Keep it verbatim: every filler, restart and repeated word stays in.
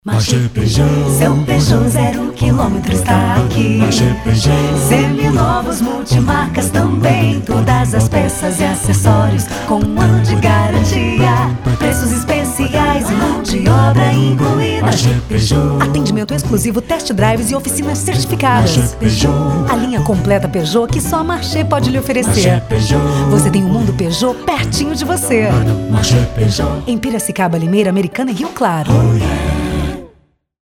Marché Peugeot, seu Peugeot zero quilômetro está aqui. Marché Peugeot, seminovos, multimarcas também. Todas as peças e acessórios com um ano de garantia. Preços especiais e mão de obra incluída. Marché Peugeot, Atendimento exclusivo, test drives e oficinas certificadas. Marché Peugeot, A linha completa Peugeot que só a Marché pode lhe Marché oferecer. Peugeot, Você tem o mundo Peugeot pertinho de você. Marché Peugeot, Em Piracicaba, Limeira, Americana e Rio Claro. oh yeah.